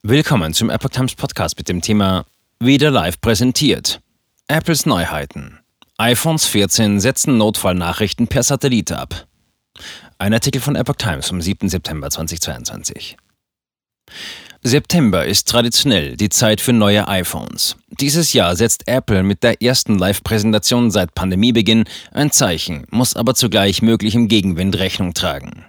Willkommen zum Epoch Times Podcast mit dem Thema Wieder live präsentiert. Apples Neuheiten. iPhones 14 setzen Notfallnachrichten per Satellit ab. Ein Artikel von Epoch Times vom 7. September 2022. September ist traditionell die Zeit für neue iPhones. Dieses Jahr setzt Apple mit der ersten Live-Präsentation seit Pandemiebeginn ein Zeichen, muss aber zugleich möglichem Gegenwind Rechnung tragen.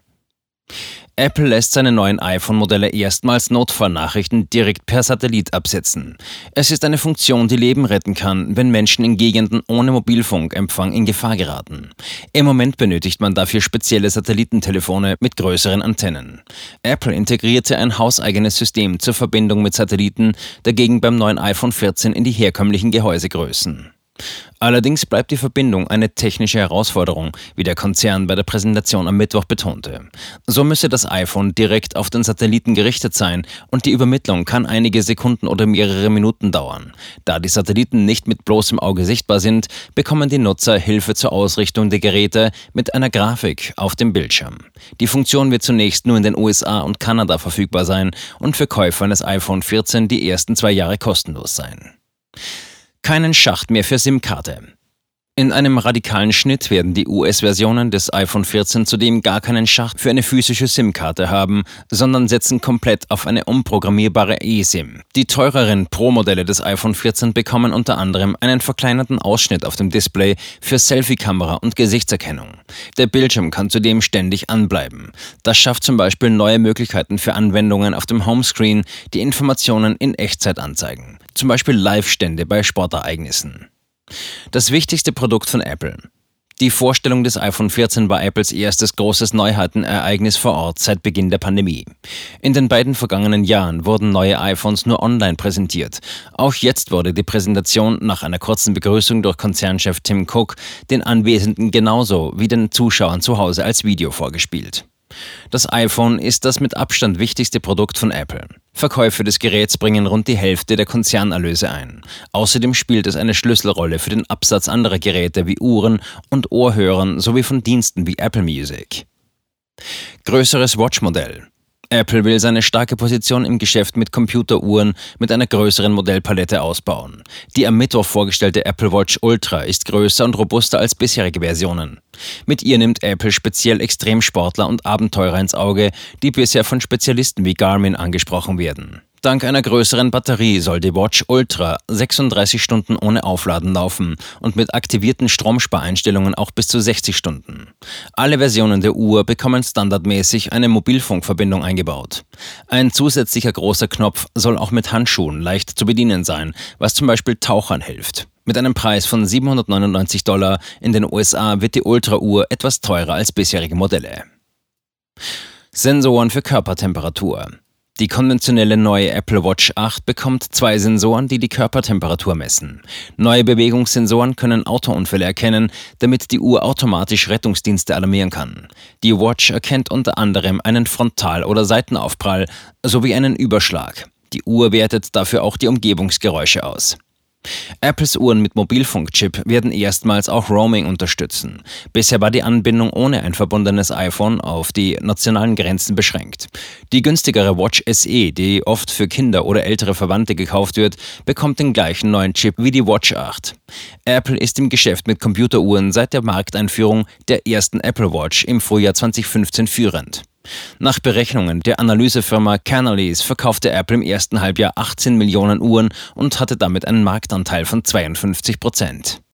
Apple lässt seine neuen iPhone-Modelle erstmals Notfallnachrichten direkt per Satellit absetzen. Es ist eine Funktion, die Leben retten kann, wenn Menschen in Gegenden ohne Mobilfunkempfang in Gefahr geraten. Im Moment benötigt man dafür spezielle Satellitentelefone mit größeren Antennen. Apple integrierte ein hauseigenes System zur Verbindung mit Satelliten, dagegen beim neuen iPhone 14 in die herkömmlichen Gehäusegrößen. Allerdings bleibt die Verbindung eine technische Herausforderung, wie der Konzern bei der Präsentation am Mittwoch betonte. So müsse das iPhone direkt auf den Satelliten gerichtet sein und die Übermittlung kann einige Sekunden oder mehrere Minuten dauern. Da die Satelliten nicht mit bloßem Auge sichtbar sind, bekommen die Nutzer Hilfe zur Ausrichtung der Geräte mit einer Grafik auf dem Bildschirm. Die Funktion wird zunächst nur in den USA und Kanada verfügbar sein und für Käufer eines iPhone 14 die ersten 2 Jahre kostenlos sein. Keinen Schacht mehr für SIM-Karte. In einem radikalen Schnitt werden die US-Versionen des iPhone 14 zudem gar keinen Schacht für eine physische SIM-Karte haben, sondern setzen komplett auf eine umprogrammierbare eSIM. Die teureren Pro-Modelle des iPhone 14 bekommen unter anderem einen verkleinerten Ausschnitt auf dem Display für Selfie-Kamera und Gesichtserkennung. Der Bildschirm kann zudem ständig anbleiben. Das schafft zum Beispiel neue Möglichkeiten für Anwendungen auf dem Homescreen, die Informationen in Echtzeit anzeigen. Zum Beispiel Live-Stände bei Sportereignissen. Das wichtigste Produkt von Apple. Die Vorstellung des iPhone 14 war Apples erstes großes Neuheitenereignis vor Ort seit Beginn der Pandemie. In den beiden vergangenen Jahren wurden neue iPhones nur online präsentiert. Auch jetzt wurde die Präsentation nach einer kurzen Begrüßung durch Konzernchef Tim Cook den Anwesenden genauso wie den Zuschauern zu Hause als Video vorgespielt. Das iPhone ist das mit Abstand wichtigste Produkt von Apple. Verkäufe des Geräts bringen rund die Hälfte der Konzernerlöse ein. Außerdem spielt es eine Schlüsselrolle für den Absatz anderer Geräte wie Uhren und Ohrhörern sowie von Diensten wie Apple Music. Größeres Watch-Modell. Apple will seine starke Position im Geschäft mit Computeruhren mit einer größeren Modellpalette ausbauen. Die am Mittwoch vorgestellte Apple Watch Ultra ist größer und robuster als bisherige Versionen. Mit ihr nimmt Apple speziell Extremsportler und Abenteurer ins Auge, die bisher von Spezialisten wie Garmin angesprochen werden. Dank einer größeren Batterie soll die Watch Ultra 36 Stunden ohne Aufladen laufen und mit aktivierten Stromspareinstellungen auch bis zu 60 Stunden. Alle Versionen der Uhr bekommen standardmäßig eine Mobilfunkverbindung eingebaut. Ein zusätzlicher großer Knopf soll auch mit Handschuhen leicht zu bedienen sein, was zum Beispiel Tauchern hilft. Mit einem Preis von $799 in den USA wird die Ultra-Uhr etwas teurer als bisherige Modelle. Sensoren für Körpertemperatur. Die konventionelle neue Apple Watch 8 bekommt 2 Sensoren, die die Körpertemperatur messen. Neue Bewegungssensoren können Autounfälle erkennen, damit die Uhr automatisch Rettungsdienste alarmieren kann. Die Watch erkennt unter anderem einen Frontal- oder Seitenaufprall sowie einen Überschlag. Die Uhr wertet dafür auch die Umgebungsgeräusche aus. Apples Uhren mit Mobilfunkchip werden erstmals auch Roaming unterstützen. Bisher war die Anbindung ohne ein verbundenes iPhone auf die nationalen Grenzen beschränkt. Die günstigere Watch SE, die oft für Kinder oder ältere Verwandte gekauft wird, bekommt den gleichen neuen Chip wie die Watch 8. Apple ist im Geschäft mit Computeruhren seit der Markteinführung der ersten Apple Watch im Frühjahr 2015 führend. Nach Berechnungen der Analysefirma Canalys verkaufte Apple im ersten Halbjahr 18 Millionen Uhren und hatte damit einen Marktanteil von 52%.